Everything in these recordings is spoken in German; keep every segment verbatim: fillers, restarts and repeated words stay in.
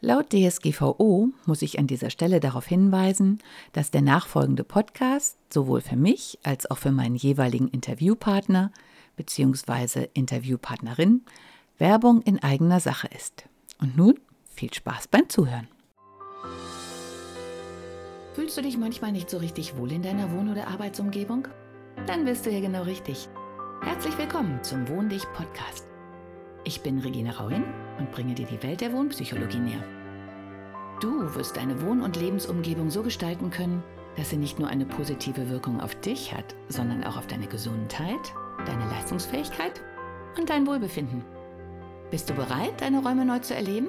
Laut D S G V O muss ich an dieser Stelle darauf hinweisen, dass der nachfolgende Podcast sowohl für mich als auch für meinen jeweiligen Interviewpartner bzw. Interviewpartnerin Werbung in eigener Sache ist. Und nun viel Spaß beim Zuhören. Fühlst du dich manchmal nicht so richtig wohl in deiner Wohn- oder Arbeitsumgebung? Dann bist du hier genau richtig. Herzlich willkommen zum Wohn dich Podcast. Ich bin Regine Rauhin und bringe dir die Welt der Wohnpsychologie näher. Du wirst deine Wohn- und Lebensumgebung so gestalten können, dass sie nicht nur eine positive Wirkung auf dich hat, sondern auch auf deine Gesundheit, deine Leistungsfähigkeit und dein Wohlbefinden. Bist du bereit, deine Räume neu zu erleben?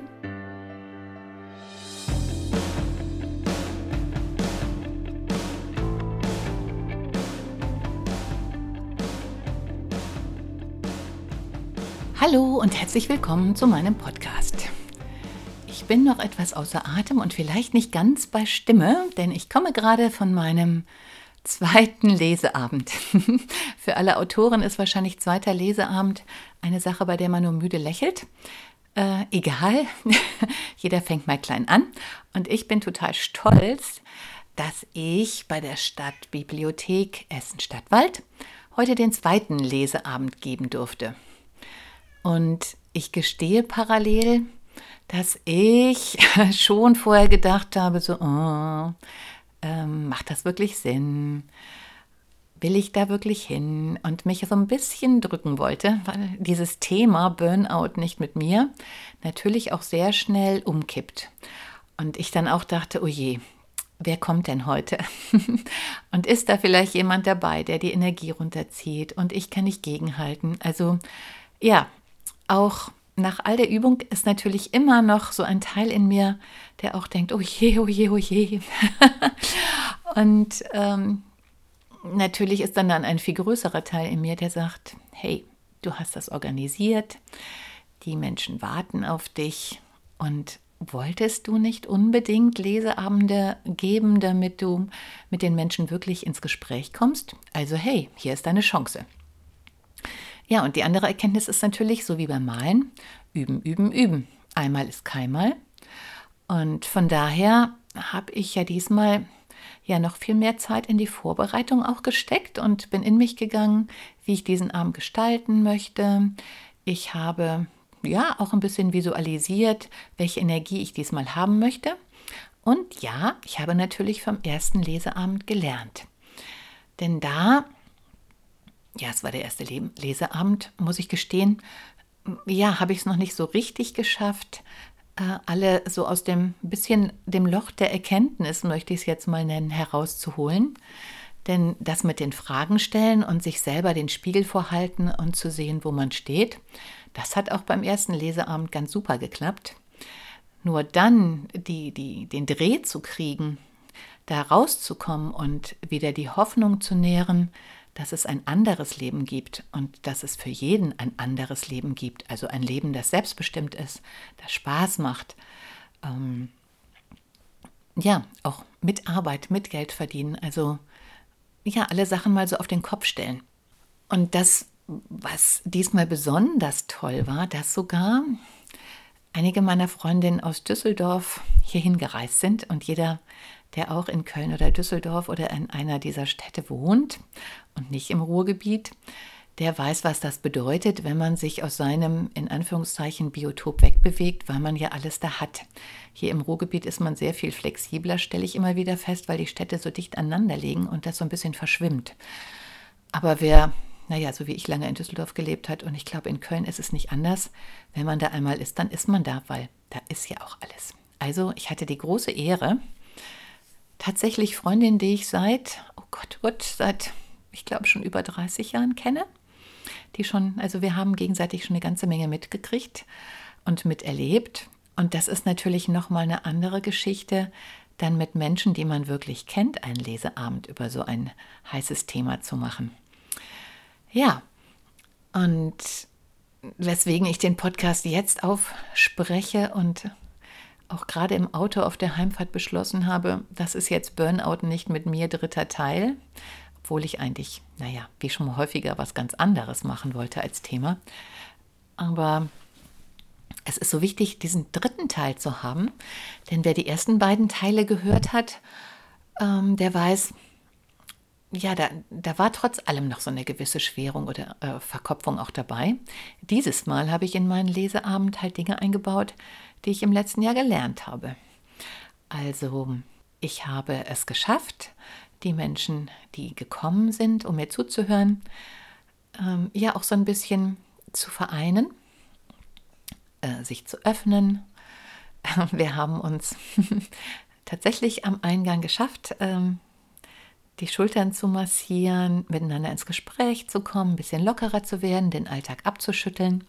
Hallo und herzlich willkommen zu meinem Podcast. Ich bin noch etwas außer Atem und vielleicht nicht ganz bei Stimme, denn ich komme gerade von meinem zweiten Leseabend. Für alle Autoren ist wahrscheinlich zweiter Leseabend eine Sache, bei der man nur müde lächelt. Äh, egal, jeder fängt mal klein an und ich bin total stolz, dass ich bei der Stadtbibliothek Essen-Stadtwald heute den zweiten Leseabend geben durfte. Und ich gestehe parallel, dass ich schon vorher gedacht habe, so, oh, ähm, macht das wirklich Sinn? Will ich da wirklich hin? Und mich so ein bisschen drücken wollte, weil dieses Thema Burnout nicht mit mir natürlich auch sehr schnell umkippt. Und ich dann auch dachte, oh je, wer kommt denn heute? Und ist da vielleicht jemand dabei, der die Energie runterzieht und ich kann nicht gegenhalten? Also ja, auch nach all der Übung ist natürlich immer noch so ein Teil in mir, der auch denkt, oh je, oh je, oh je. Und ähm, natürlich ist dann, dann ein viel größerer Teil in mir, der sagt, hey, du hast das organisiert, die Menschen warten auf dich und wolltest du nicht unbedingt Leseabende geben, damit du mit den Menschen wirklich ins Gespräch kommst? Also hey, hier ist deine Chance. Ja, und die andere Erkenntnis ist natürlich, so wie beim Malen, üben, üben, üben. Einmal ist keinmal. Und von daher habe ich ja diesmal ja noch viel mehr Zeit in die Vorbereitung auch gesteckt und bin in mich gegangen, wie ich diesen Abend gestalten möchte. Ich habe ja auch ein bisschen visualisiert, welche Energie ich diesmal haben möchte. Und ja, ich habe natürlich vom ersten Leseabend gelernt. Denn da Ja, es war der erste Le- Leseabend, muss ich gestehen. Ja, habe ich es noch nicht so richtig geschafft, äh, alle so aus dem bisschen dem Loch der Erkenntnis, möchte ich es jetzt mal nennen, herauszuholen. Denn das mit den Fragen stellen und sich selber den Spiegel vorhalten und zu sehen, wo man steht, das hat auch beim ersten Leseabend ganz super geklappt. Nur dann die, die, den Dreh zu kriegen, da rauszukommen und wieder die Hoffnung zu nähren, dass es ein anderes Leben gibt und dass es für jeden ein anderes Leben gibt. Also ein Leben, das selbstbestimmt ist, das Spaß macht. Ähm, ja, auch mit Arbeit, mit Geld verdienen. Also ja, alle Sachen mal so auf den Kopf stellen. Und das, was diesmal besonders toll war, dass sogar einige meiner Freundinnen aus Düsseldorf hierhin gereist sind und jeder, der auch in Köln oder Düsseldorf oder in einer dieser Städte wohnt und nicht im Ruhrgebiet, der weiß, was das bedeutet, wenn man sich aus seinem, in Anführungszeichen, Biotop wegbewegt, weil man ja alles da hat. Hier im Ruhrgebiet ist man sehr viel flexibler, stelle ich immer wieder fest, weil die Städte so dicht aneinander liegen und das so ein bisschen verschwimmt. Aber wer, naja, so wie ich lange in Düsseldorf gelebt hat und ich glaube, in Köln ist es nicht anders, wenn man da einmal ist, dann ist man da, weil da ist ja auch alles. Also ich hatte die große Ehre, tatsächlich Freundin, die ich seit, oh Gott, oh Gott, seit, ich glaube, schon über dreißig Jahren kenne. Die schon, also wir haben gegenseitig schon eine ganze Menge mitgekriegt und miterlebt. Und das ist natürlich nochmal eine andere Geschichte, dann mit Menschen, die man wirklich kennt, einen Leseabend über so ein heißes Thema zu machen. Ja, und weswegen ich den Podcast jetzt aufspreche und auch gerade im Auto auf der Heimfahrt beschlossen habe, das ist jetzt Burnout nicht mit mir, dritter Teil, obwohl ich eigentlich, naja, wie schon häufiger was ganz anderes machen wollte als Thema. Aber es ist so wichtig, diesen dritten Teil zu haben, denn wer die ersten beiden Teile gehört hat, ähm, der weiß, ja, da, da war trotz allem noch so eine gewisse Schwerung oder äh, Verkopfung auch dabei. Dieses Mal habe ich in meinen Leseabend halt Dinge eingebaut, die ich im letzten Jahr gelernt habe. Also, ich habe es geschafft, die Menschen, die gekommen sind, um mir zuzuhören, ähm, ja auch so ein bisschen zu vereinen, äh, sich zu öffnen. Wir haben uns tatsächlich am Eingang geschafft, ähm, die Schultern zu massieren, miteinander ins Gespräch zu kommen, ein bisschen lockerer zu werden, den Alltag abzuschütteln.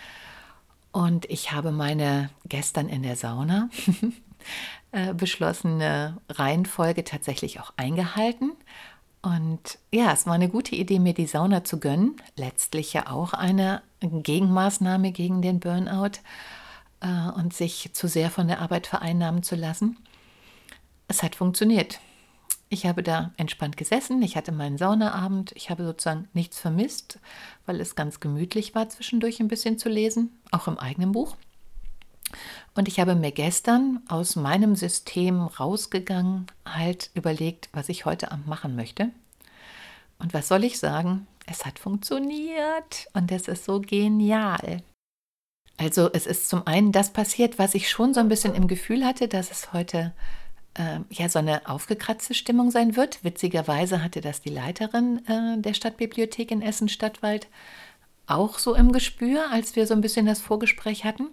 Und ich habe meine gestern in der Sauna äh, beschlossene Reihenfolge tatsächlich auch eingehalten. Und ja, es war eine gute Idee, mir die Sauna zu gönnen. Letztlich ja auch eine Gegenmaßnahme gegen den Burnout äh, und sich zu sehr von der Arbeit vereinnahmen zu lassen. Es hat funktioniert. Ich habe da entspannt gesessen, ich hatte meinen Saunaabend, ich habe sozusagen nichts vermisst, weil es ganz gemütlich war, zwischendurch ein bisschen zu lesen, auch im eigenen Buch. Und ich habe mir gestern aus meinem System rausgegangen, halt überlegt, was ich heute Abend machen möchte. Und was soll ich sagen? Es hat funktioniert und es ist so genial. Also es ist zum einen das passiert, was ich schon so ein bisschen im Gefühl hatte, dass es heute äh, ja so eine aufgekratzte Stimmung sein wird. Witzigerweise hatte das die Leiterin äh, der Stadtbibliothek in Essen-Stadtwald auch so im Gespür, als wir so ein bisschen das Vorgespräch hatten.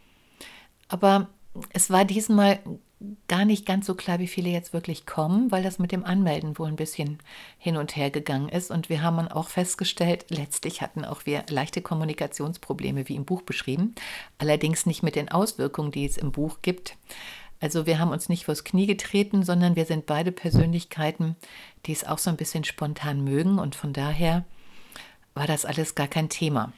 Aber es war diesmal gar nicht ganz so klar, wie viele jetzt wirklich kommen, weil das mit dem Anmelden wohl ein bisschen hin und her gegangen ist. Und wir haben dann auch festgestellt, letztlich hatten auch wir leichte Kommunikationsprobleme, wie im Buch beschrieben. Allerdings nicht mit den Auswirkungen, die es im Buch gibt. Also wir haben uns nicht vors Knie getreten, sondern wir sind beide Persönlichkeiten, die es auch so ein bisschen spontan mögen. Und von daher war das alles gar kein Thema.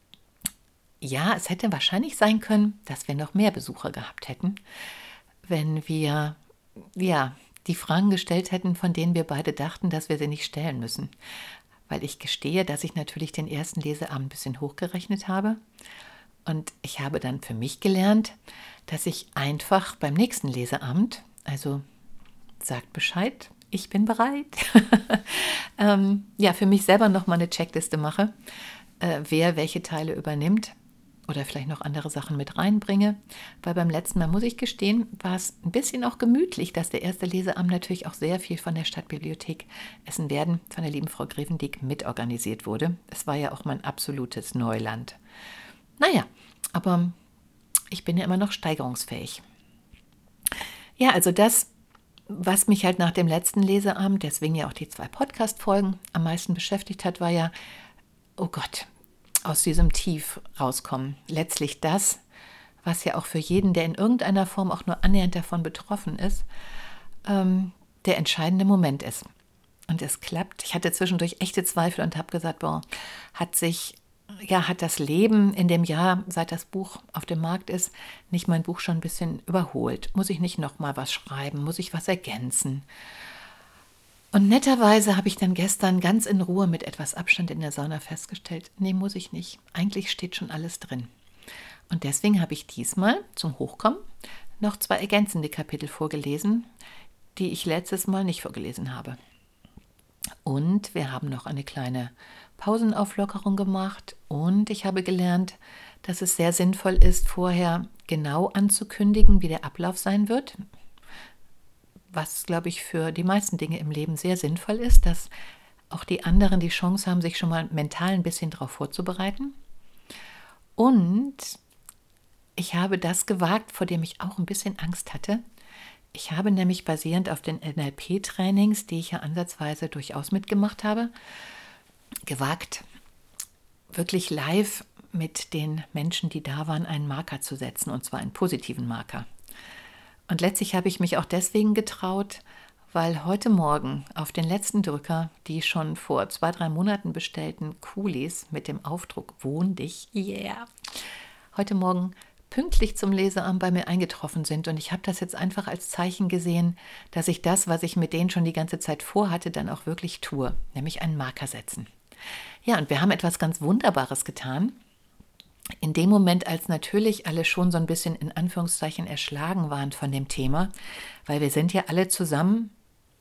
Ja, es hätte wahrscheinlich sein können, dass wir noch mehr Besucher gehabt hätten, wenn wir ja die Fragen gestellt hätten, von denen wir beide dachten, dass wir sie nicht stellen müssen. Weil ich gestehe, dass ich natürlich den ersten Leseabend ein bisschen hochgerechnet habe. Und ich habe dann für mich gelernt, dass ich einfach beim nächsten Leseabend, also sagt Bescheid, ich bin bereit, ähm, ja, für mich selber nochmal eine Checkliste mache, äh, wer welche Teile übernimmt oder vielleicht noch andere Sachen mit reinbringe. Weil beim letzten Mal, muss ich gestehen, war es ein bisschen auch gemütlich, dass der erste Leseabend natürlich auch sehr viel von der Stadtbibliothek Essen-Werden, von der lieben Frau Grevendick, mitorganisiert wurde. Es war ja auch mein absolutes Neuland. Naja, aber ich bin ja immer noch steigerungsfähig. Ja, also das, was mich halt nach dem letzten Leseabend, deswegen ja auch die zwei Podcast-Folgen, am meisten beschäftigt hat, war ja, oh Gott, aus diesem Tief rauskommen. Letztlich das, was ja auch für jeden, der in irgendeiner Form auch nur annähernd davon betroffen ist, ähm, der entscheidende Moment ist. Und es klappt. Ich hatte zwischendurch echte Zweifel und habe gesagt, boah, hat sich, ja, hat das Leben in dem Jahr, seit das Buch auf dem Markt ist, nicht mein Buch schon ein bisschen überholt? Muss ich nicht nochmal was schreiben? Muss ich was ergänzen? Und netterweise habe ich dann gestern ganz in Ruhe mit etwas Abstand in der Sauna festgestellt, nee, muss ich nicht. Eigentlich steht schon alles drin. Und deswegen habe ich diesmal zum Hochkommen noch zwei ergänzende Kapitel vorgelesen, die ich letztes Mal nicht vorgelesen habe. Und wir haben noch eine kleine Pausenauflockerung gemacht und ich habe gelernt, dass es sehr sinnvoll ist, vorher genau anzukündigen, wie der Ablauf sein wird. Was, glaube ich, für die meisten Dinge im Leben sehr sinnvoll ist, dass auch die anderen die Chance haben, sich schon mal mental ein bisschen darauf vorzubereiten. Und ich habe das gewagt, vor dem ich auch ein bisschen Angst hatte. Ich habe nämlich basierend auf den N L P-Trainings, die ich ja ansatzweise durchaus mitgemacht habe, gewagt, wirklich live mit den Menschen, die da waren, einen Marker zu setzen, und zwar einen positiven Marker. Und letztlich habe ich mich auch deswegen getraut, weil heute Morgen auf den letzten Drücker die schon vor zwei, drei Monaten bestellten Kulis mit dem Aufdruck Wohn dich, yeah, heute Morgen pünktlich zum Leseabend bei mir eingetroffen sind. Und ich habe das jetzt einfach als Zeichen gesehen, dass ich das, was ich mit denen schon die ganze Zeit vorhatte, dann auch wirklich tue, nämlich einen Marker setzen. Ja, und wir haben etwas ganz Wunderbares getan. in dem Moment, als natürlich alle schon so ein bisschen in Anführungszeichen erschlagen waren von dem Thema, weil wir sind ja alle zusammen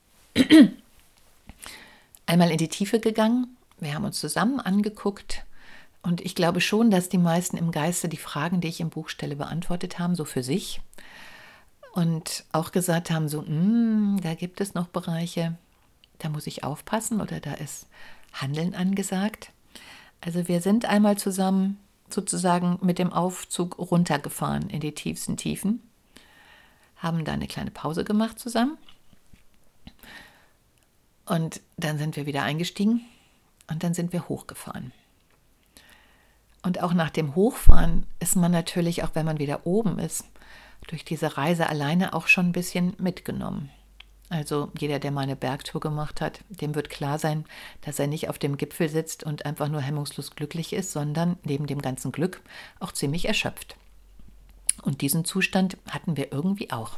einmal in die Tiefe gegangen, wir haben uns zusammen angeguckt und ich glaube schon, dass die meisten im Geiste die Fragen, die ich im Buch stelle, beantwortet haben, so für sich und auch gesagt haben, so, "Mm, da gibt es noch Bereiche, da muss ich aufpassen oder da ist Handeln angesagt." Also wir sind einmal zusammen sozusagen mit dem Aufzug runtergefahren in die tiefsten Tiefen, haben da eine kleine Pause gemacht zusammen und dann sind wir wieder eingestiegen und dann sind wir hochgefahren. Und auch nach dem Hochfahren ist man natürlich, auch wenn man wieder oben ist, durch diese Reise alleine auch schon ein bisschen mitgenommen. Also jeder, der mal eine Bergtour gemacht hat, dem wird klar sein, dass er nicht auf dem Gipfel sitzt und einfach nur hemmungslos glücklich ist, sondern neben dem ganzen Glück auch ziemlich erschöpft. Und diesen Zustand hatten wir irgendwie auch.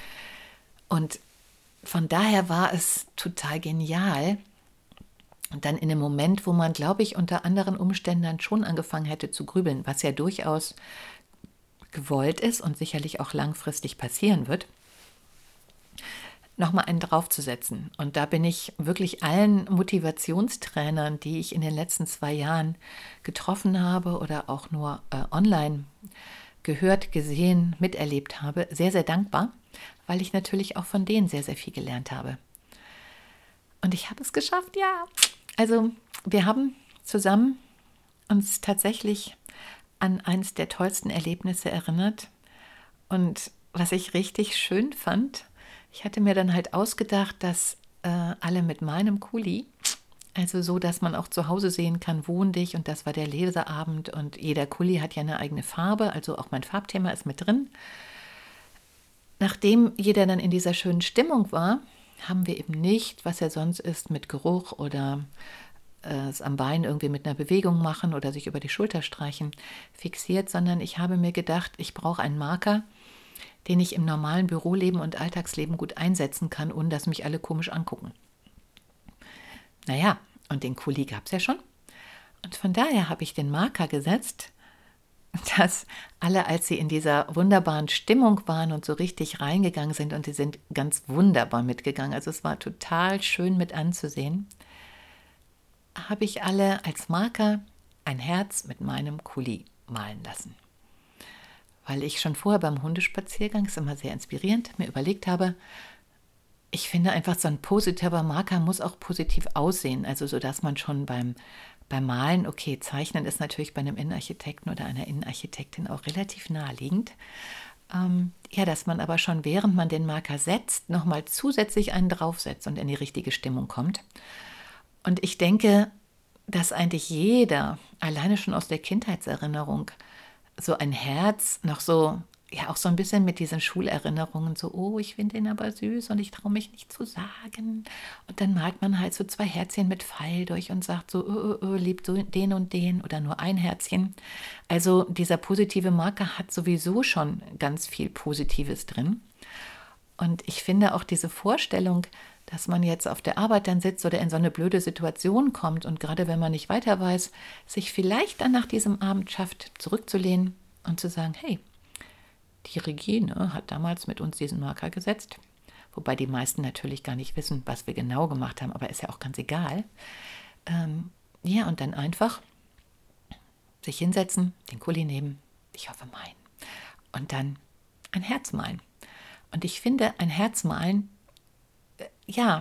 Und von daher war es total genial. Und dann in einem Moment, wo man, glaube ich, unter anderen Umständen dann schon angefangen hätte zu grübeln, was ja durchaus gewollt ist und sicherlich auch langfristig passieren wird, nochmal einen draufzusetzen. Und da bin ich wirklich allen Motivationstrainern, die ich in den letzten zwei Jahren getroffen habe oder auch nur äh, online gehört, gesehen, miterlebt habe, sehr, sehr dankbar, weil ich natürlich auch von denen sehr, sehr viel gelernt habe. Und ich habe es geschafft, ja. Also wir haben zusammen uns tatsächlich an eines der tollsten Erlebnisse erinnert. Und was ich richtig schön fand, ich hatte mir dann halt ausgedacht, dass äh, alle mit meinem Kuli, also so, dass man auch zu Hause sehen kann, wohn dich, und das war der Leseabend und jeder Kuli hat ja eine eigene Farbe, also auch mein Farbthema ist mit drin. Nachdem jeder dann in dieser schönen Stimmung war, haben wir eben nicht, was er sonst ist, mit Geruch oder äh, es am Bein irgendwie mit einer Bewegung machen oder sich über die Schulter streichen, fixiert, sondern ich habe mir gedacht, ich brauche einen Marker, den ich im normalen Büroleben und Alltagsleben gut einsetzen kann, ohne dass mich alle komisch angucken. Naja, und den Kuli gab es ja schon. Und von daher habe ich den Marker gesetzt, dass alle, als sie in dieser wunderbaren Stimmung waren und so richtig reingegangen sind, und die sind ganz wunderbar mitgegangen, also es war total schön mit anzusehen, habe ich alle als Marker ein Herz mit meinem Kuli malen lassen. Weil ich schon vorher beim Hundespaziergang, ist immer sehr inspirierend, mir überlegt habe, ich finde einfach, so ein positiver Marker muss auch positiv aussehen, also so, dass man schon beim Beim Malen, okay, Zeichnen ist natürlich bei einem Innenarchitekten oder einer Innenarchitektin auch relativ naheliegend. Ähm, ja, dass man aber schon, während man den Marker setzt, nochmal zusätzlich einen draufsetzt und in die richtige Stimmung kommt. Und ich denke, dass eigentlich jeder, alleine schon aus der Kindheitserinnerung, so ein Herz noch so, ja auch so ein bisschen mit diesen Schulerinnerungen, so, oh, ich finde den aber süß und ich traue mich nicht zu sagen. Und dann malt man halt so zwei Herzchen mit Pfeil durch und sagt so, oh, oh, oh, liebt so den und den oder nur ein Herzchen. Also dieser positive Marker hat sowieso schon ganz viel Positives drin. Und ich finde auch diese Vorstellung, dass man jetzt auf der Arbeit dann sitzt oder in so eine blöde Situation kommt und gerade wenn man nicht weiter weiß, sich vielleicht dann nach diesem Abend schafft, zurückzulehnen und zu sagen, hey, die Regine hat damals mit uns diesen Marker gesetzt, wobei die meisten natürlich gar nicht wissen, was wir genau gemacht haben, aber ist ja auch ganz egal. Ähm, ja, und dann einfach sich hinsetzen, den Kuli nehmen, ich hoffe mein, und dann ein Herz malen. Und ich finde, ein Herz malen, äh, ja,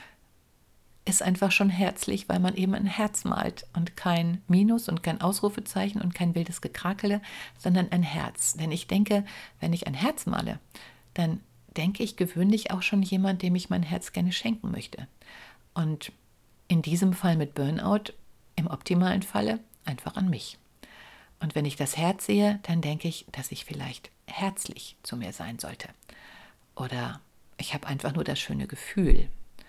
ist einfach schon herzlich, weil man eben ein Herz malt und kein Minus und kein Ausrufezeichen und kein wildes Gekrakele, sondern ein Herz. Denn ich denke, wenn ich ein Herz male, dann denke ich gewöhnlich auch schon jemand, dem ich mein Herz gerne schenken möchte. Und in diesem Fall mit Burnout, im optimalen Falle, einfach an mich. Und wenn ich das Herz sehe, dann denke ich, dass ich vielleicht herzlich zu mir sein sollte. Oder ich habe einfach nur das schöne Gefühl.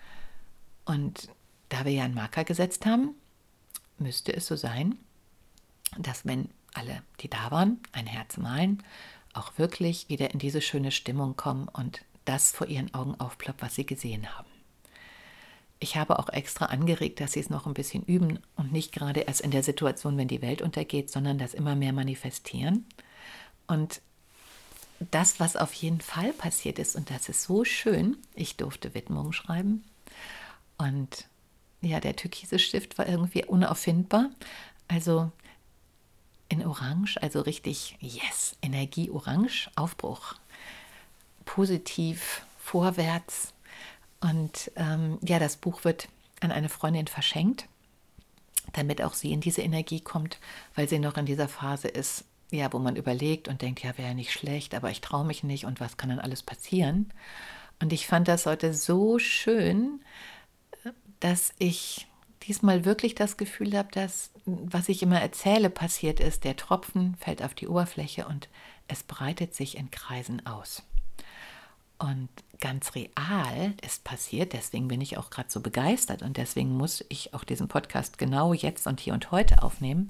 Und da wir ja einen Marker gesetzt haben, müsste es so sein, dass wenn alle, die da waren, ein Herz malen, auch wirklich wieder in diese schöne Stimmung kommen und das vor ihren Augen aufploppt, was sie gesehen haben. ich habe auch extra angeregt, dass sie es noch ein bisschen üben und nicht gerade erst in der Situation, wenn die Welt untergeht, sondern das immer mehr manifestieren. Und das, was auf jeden Fall passiert ist, und das ist so schön, ich durfte Widmungen schreiben. Und ja, der türkise Stift war irgendwie unauffindbar. Also in Orange, also richtig, yes, Energie Orange, Aufbruch, positiv, vorwärts. Und ähm, ja, das Buch wird an eine Freundin verschenkt, damit auch sie in diese Energie kommt, weil sie noch in dieser Phase ist, ja, wo man überlegt und denkt, ja, wäre ja nicht schlecht, aber ich traue mich nicht und was kann dann alles passieren? Und ich fand das heute so schön, dass ich diesmal wirklich das Gefühl habe, dass, was ich immer erzähle, passiert ist. Der Tropfen fällt auf die Oberfläche und es breitet sich in Kreisen aus. Und ganz real ist passiert, deswegen bin ich auch gerade so begeistert und deswegen muss ich auch diesen Podcast genau jetzt und hier und heute aufnehmen.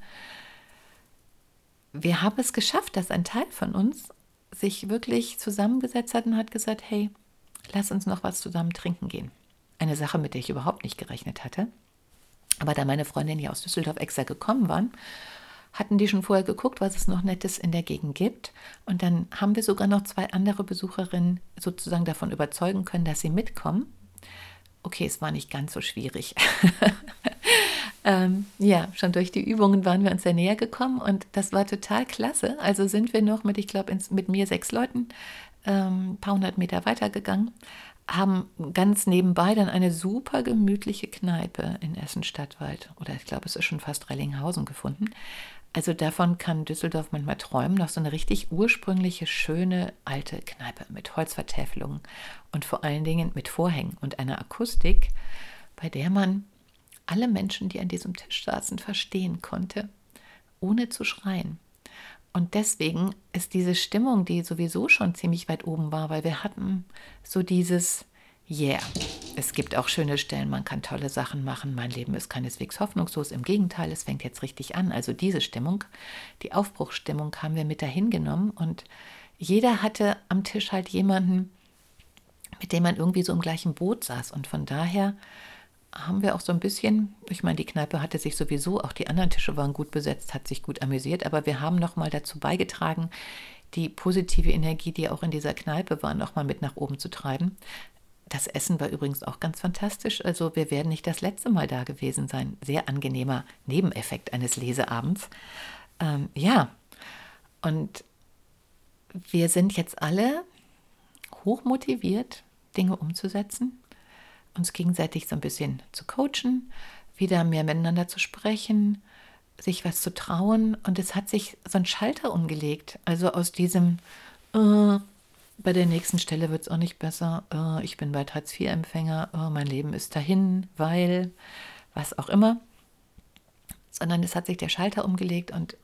Wir haben es geschafft, dass ein Teil von uns sich wirklich zusammengesetzt hat und hat gesagt, hey, lass uns noch was zusammen trinken gehen. Eine Sache, mit der ich überhaupt nicht gerechnet hatte. Aber da meine Freundinnen ja aus Düsseldorf extra gekommen waren, hatten die schon vorher geguckt, was es noch Nettes in der Gegend gibt. Und dann haben wir sogar noch zwei andere Besucherinnen sozusagen davon überzeugen können, dass sie mitkommen. Okay, es war nicht ganz so schwierig. ähm, ja, schon durch die Übungen waren wir uns sehr näher gekommen und das war total klasse. Also sind wir noch mit, ich glaube, mit mir sechs Leuten ähm, ein paar hundert Meter weitergegangen, haben ganz nebenbei dann eine super gemütliche Kneipe in Essen-Stadtwald oder ich glaube, es ist schon fast Rellinghausen gefunden. Also davon kann Düsseldorf manchmal träumen, noch so eine richtig ursprüngliche, schöne, alte Kneipe mit Holzvertäfelungen und vor allen Dingen mit Vorhängen und einer Akustik, bei der man alle Menschen, die an diesem Tisch saßen, verstehen konnte, ohne zu schreien. Und deswegen ist diese Stimmung, die sowieso schon ziemlich weit oben war, weil wir hatten so dieses, yeah, es gibt auch schöne Stellen, man kann tolle Sachen machen, mein Leben ist keineswegs hoffnungslos, im Gegenteil, es fängt jetzt richtig an. Also diese Stimmung, die Aufbruchsstimmung haben wir mit dahin genommen und jeder hatte am Tisch halt jemanden, mit dem man irgendwie so im gleichen Boot saß und von daher haben wir auch so ein bisschen, ich meine, die Kneipe hatte sich sowieso, auch die anderen Tische waren gut besetzt, hat sich gut amüsiert, aber wir haben nochmal dazu beigetragen, die positive Energie, die auch in dieser Kneipe war, nochmal mit nach oben zu treiben. Das Essen war übrigens auch ganz fantastisch, also wir werden nicht das letzte Mal da gewesen sein. Sehr angenehmer Nebeneffekt eines Leseabends. Ähm, ja, und wir sind jetzt alle hochmotiviert, Dinge umzusetzen, uns gegenseitig so ein bisschen zu coachen, wieder mehr miteinander zu sprechen, sich was zu trauen. Und es hat sich so ein Schalter umgelegt. Also aus diesem, äh, bei der nächsten Stelle wird es auch nicht besser, äh, ich bin bald Hartz vier Empfänger, äh, mein Leben ist dahin, weil, was auch immer. Sondern es hat sich der Schalter umgelegt und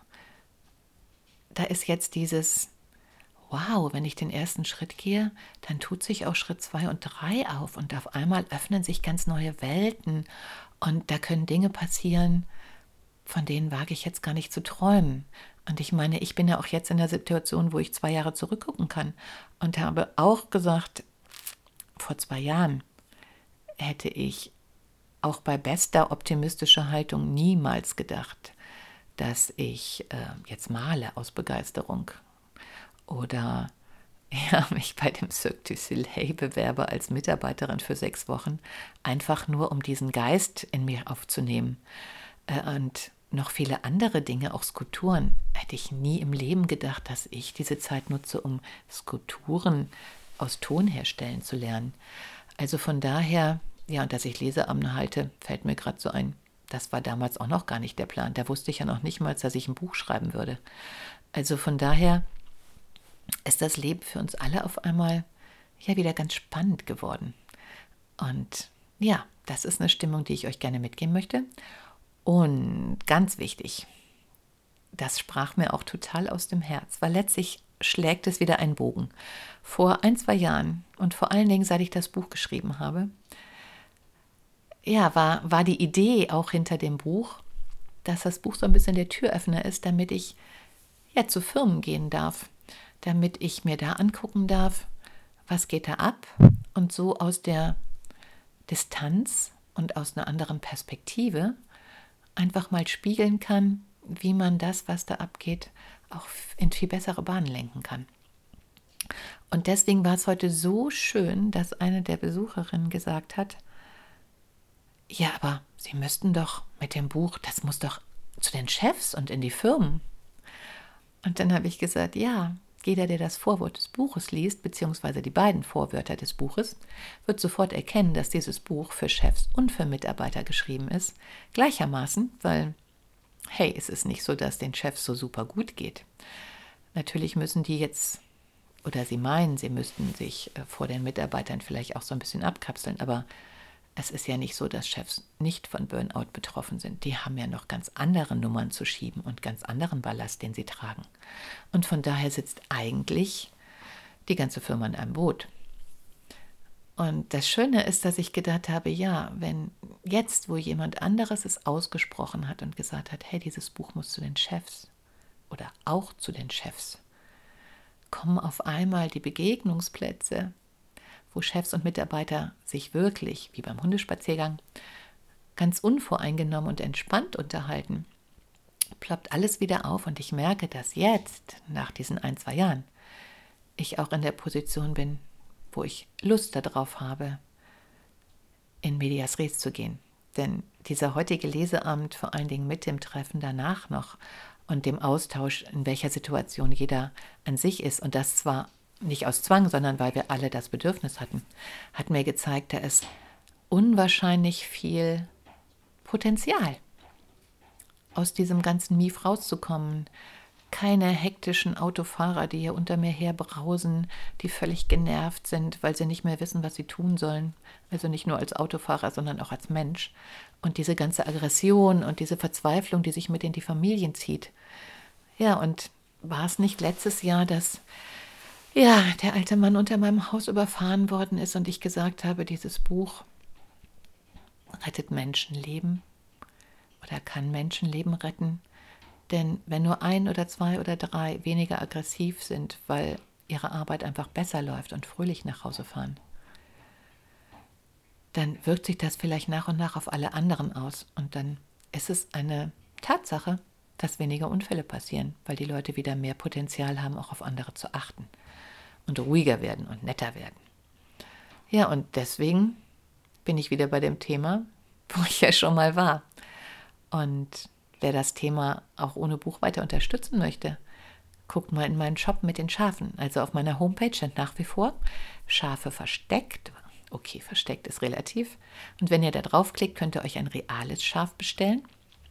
da ist jetzt dieses, wow, wenn ich den ersten Schritt gehe, dann tut sich auch Schritt zwei und drei auf und auf einmal öffnen sich ganz neue Welten und da können Dinge passieren, von denen wage ich jetzt gar nicht zu träumen. Und ich meine, ich bin ja auch jetzt in der Situation, wo ich zwei Jahre zurückgucken kann und habe auch gesagt, vor zwei Jahren hätte ich auch bei bester optimistischer Haltung niemals gedacht, dass ich äh, jetzt male aus Begeisterung. Oder ja, mich bei dem Cirque du Soleil bewerbe als Mitarbeiterin für sechs Wochen, einfach nur um diesen Geist in mir aufzunehmen. Äh, und noch viele andere Dinge, auch Skulpturen, hätte ich nie im Leben gedacht, dass ich diese Zeit nutze, um Skulpturen aus Ton herstellen zu lernen. Also von daher, ja, und dass ich Leseabende halte, fällt mir gerade so ein. Das war damals auch noch gar nicht der Plan. Da wusste ich ja noch nicht mal, dass ich ein Buch schreiben würde. Also von daher ist das Leben für uns alle auf einmal ja wieder ganz spannend geworden. Und ja, das ist eine Stimmung, die ich euch gerne mitgeben möchte. Und ganz wichtig, das sprach mir auch total aus dem Herz, weil letztlich schlägt es wieder einen Bogen. Vor ein, zwei Jahren und vor allen Dingen, seit ich das Buch geschrieben habe, ja, war, war die Idee auch hinter dem Buch, dass das Buch so ein bisschen der Türöffner ist, damit ich ja zu Firmen gehen darf, damit ich mir da angucken darf, was geht da ab und so aus der Distanz und aus einer anderen Perspektive einfach mal spiegeln kann, wie man das, was da abgeht, auch in viel bessere Bahnen lenken kann. Und deswegen war es heute so schön, dass eine der Besucherinnen gesagt hat, ja, aber Sie müssten doch mit dem Buch, das muss doch zu den Chefs und in die Firmen. Und dann habe ich gesagt, ja, jeder, der das Vorwort des Buches liest, beziehungsweise die beiden Vorwörter des Buches, wird sofort erkennen, dass dieses Buch für Chefs und für Mitarbeiter geschrieben ist, gleichermaßen, weil, hey, es ist nicht so, dass den Chefs so super gut geht. Natürlich müssen die jetzt, oder sie meinen, sie müssten sich vor den Mitarbeitern vielleicht auch so ein bisschen abkapseln, aber es ist ja nicht so, dass Chefs nicht von Burnout betroffen sind. Die haben ja noch ganz andere Nummern zu schieben und ganz anderen Ballast, den sie tragen. Und von daher sitzt eigentlich die ganze Firma in einem Boot. Und das Schöne ist, dass ich gedacht habe, ja, wenn jetzt, wo jemand anderes es ausgesprochen hat und gesagt hat, hey, dieses Buch muss zu den Chefs oder auch zu den Chefs, kommen auf einmal die Begegnungsplätze, wo Chefs und Mitarbeiter sich wirklich, wie beim Hundespaziergang, ganz unvoreingenommen und entspannt unterhalten, ploppt alles wieder auf und ich merke, dass jetzt, nach diesen ein, zwei Jahren, ich auch in der Position bin, wo ich Lust darauf habe, in medias res zu gehen. Denn dieser heutige Leseabend, vor allen Dingen mit dem Treffen danach noch und dem Austausch, in welcher Situation jeder an sich ist, und das zwar nicht aus Zwang, sondern weil wir alle das Bedürfnis hatten, hat mir gezeigt, da ist unwahrscheinlich viel Potenzial, aus diesem ganzen Mief rauszukommen. Keine hektischen Autofahrer, die hier unter mir herbrausen, die völlig genervt sind, weil sie nicht mehr wissen, was sie tun sollen. Also nicht nur als Autofahrer, sondern auch als Mensch. Und diese ganze Aggression und diese Verzweiflung, die sich mit in die Familien zieht. Ja, und war es nicht letztes Jahr, dass ja, der alte Mann unter meinem Haus überfahren worden ist und ich gesagt habe, dieses Buch rettet Menschenleben oder kann Menschenleben retten. Denn wenn nur ein oder zwei oder drei weniger aggressiv sind, weil ihre Arbeit einfach besser läuft und fröhlich nach Hause fahren, dann wirkt sich das vielleicht nach und nach auf alle anderen aus. Und dann ist es eine Tatsache, dass weniger Unfälle passieren, weil die Leute wieder mehr Potenzial haben, auch auf andere zu achten. Und ruhiger werden und netter werden. Ja, und deswegen bin ich wieder bei dem Thema, wo ich ja schon mal war. Und wer das Thema auch ohne Buch weiter unterstützen möchte, guckt mal in meinen Shop mit den Schafen. Also auf meiner Homepage sind nach wie vor Schafe versteckt. Okay, versteckt ist relativ. Und wenn ihr da draufklickt, könnt ihr euch ein reales Schaf bestellen.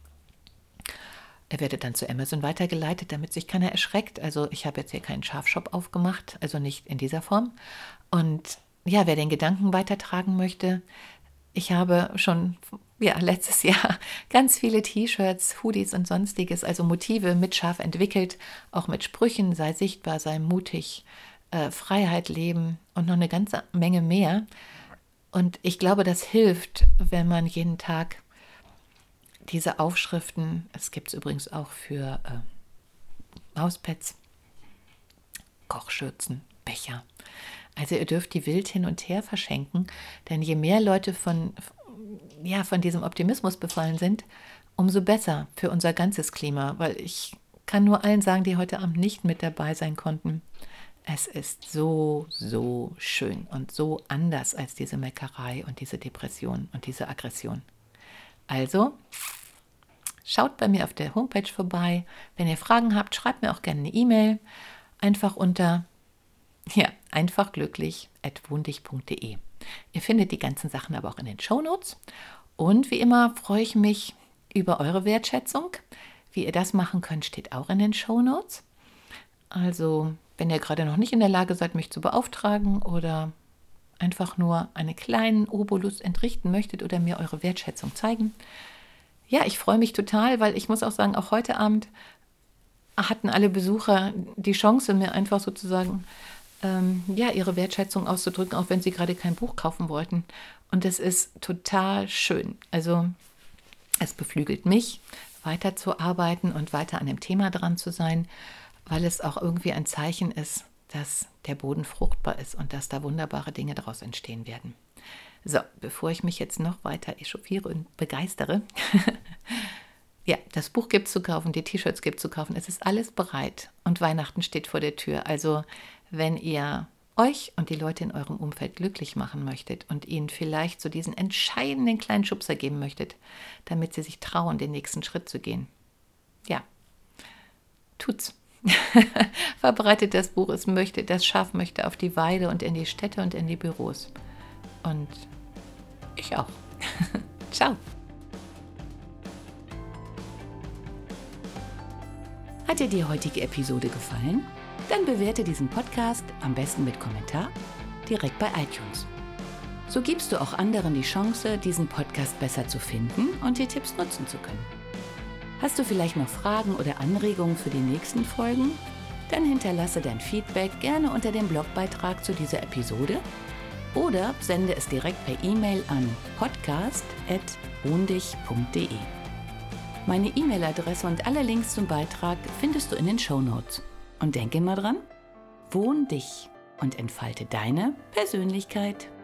Er wird dann zu Amazon weitergeleitet, damit sich keiner erschreckt. Also ich habe jetzt hier keinen Schafshop aufgemacht, also nicht in dieser Form. Und ja, wer den Gedanken weitertragen möchte, ich habe schon ja, letztes Jahr ganz viele T-Shirts, Hoodies und sonstiges, also Motive mit Schaf entwickelt, auch mit Sprüchen, sei sichtbar, sei mutig, äh, Freiheit leben und noch eine ganze Menge mehr. Und ich glaube, das hilft, wenn man jeden Tag diese Aufschriften, es gibt es übrigens auch für äh, Mauspads, Kochschürzen, Becher. Also ihr dürft die wild hin und her verschenken, denn je mehr Leute von, ja, von diesem Optimismus befallen sind, umso besser für unser ganzes Klima, weil ich kann nur allen sagen, die heute Abend nicht mit dabei sein konnten, es ist so, so schön und so anders als diese Meckerei und diese Depression und diese Aggression. Also, schaut bei mir auf der Homepage vorbei. Wenn ihr Fragen habt, schreibt mir auch gerne eine E-Mail. Einfach unter, ja, einfachglücklich at wohndich punkt de. Ihr findet die ganzen Sachen aber auch in den Shownotes. Und wie immer freue ich mich über eure Wertschätzung. Wie ihr das machen könnt, steht auch in den Shownotes. Also, wenn ihr gerade noch nicht in der Lage seid, mich zu beauftragen oder einfach nur einen kleinen Obolus entrichten möchtet oder mir eure Wertschätzung zeigen. Ja, ich freue mich total, weil ich muss auch sagen, auch heute Abend hatten alle Besucher die Chance, mir einfach sozusagen ähm, ja, ihre Wertschätzung auszudrücken, auch wenn sie gerade kein Buch kaufen wollten. Und das ist total schön. Also es beflügelt mich, weiterzuarbeiten und weiter an dem Thema dran zu sein, weil es auch irgendwie ein Zeichen ist, dass der Boden fruchtbar ist und dass da wunderbare Dinge daraus entstehen werden. So, bevor ich mich jetzt noch weiter echauffiere und begeistere. Ja, das Buch gibt es zu kaufen, die T-Shirts gibt es zu kaufen. Es ist alles bereit und Weihnachten steht vor der Tür. Also wenn ihr euch und die Leute in eurem Umfeld glücklich machen möchtet und ihnen vielleicht so diesen entscheidenden kleinen Schubser geben möchtet, damit sie sich trauen, den nächsten Schritt zu gehen. Ja, tut's. Verbreitet das Buch, es möchte, das Schaf möchte auf die Weide und in die Städte und in die Büros. Und ich auch. Ciao. Hat dir die heutige Episode gefallen? Dann bewerte diesen Podcast am besten mit Kommentar direkt bei iTunes. So gibst du auch anderen die Chance, diesen Podcast besser zu finden und die Tipps nutzen zu können. Hast du vielleicht noch Fragen oder Anregungen für die nächsten Folgen? Dann hinterlasse dein Feedback gerne unter dem Blogbeitrag zu dieser Episode oder sende es direkt per E-Mail an podcast at wohndich punkt de. Meine E-Mail-Adresse und alle Links zum Beitrag findest du in den Shownotes. Und denke immer dran, wohn dich und entfalte deine Persönlichkeit.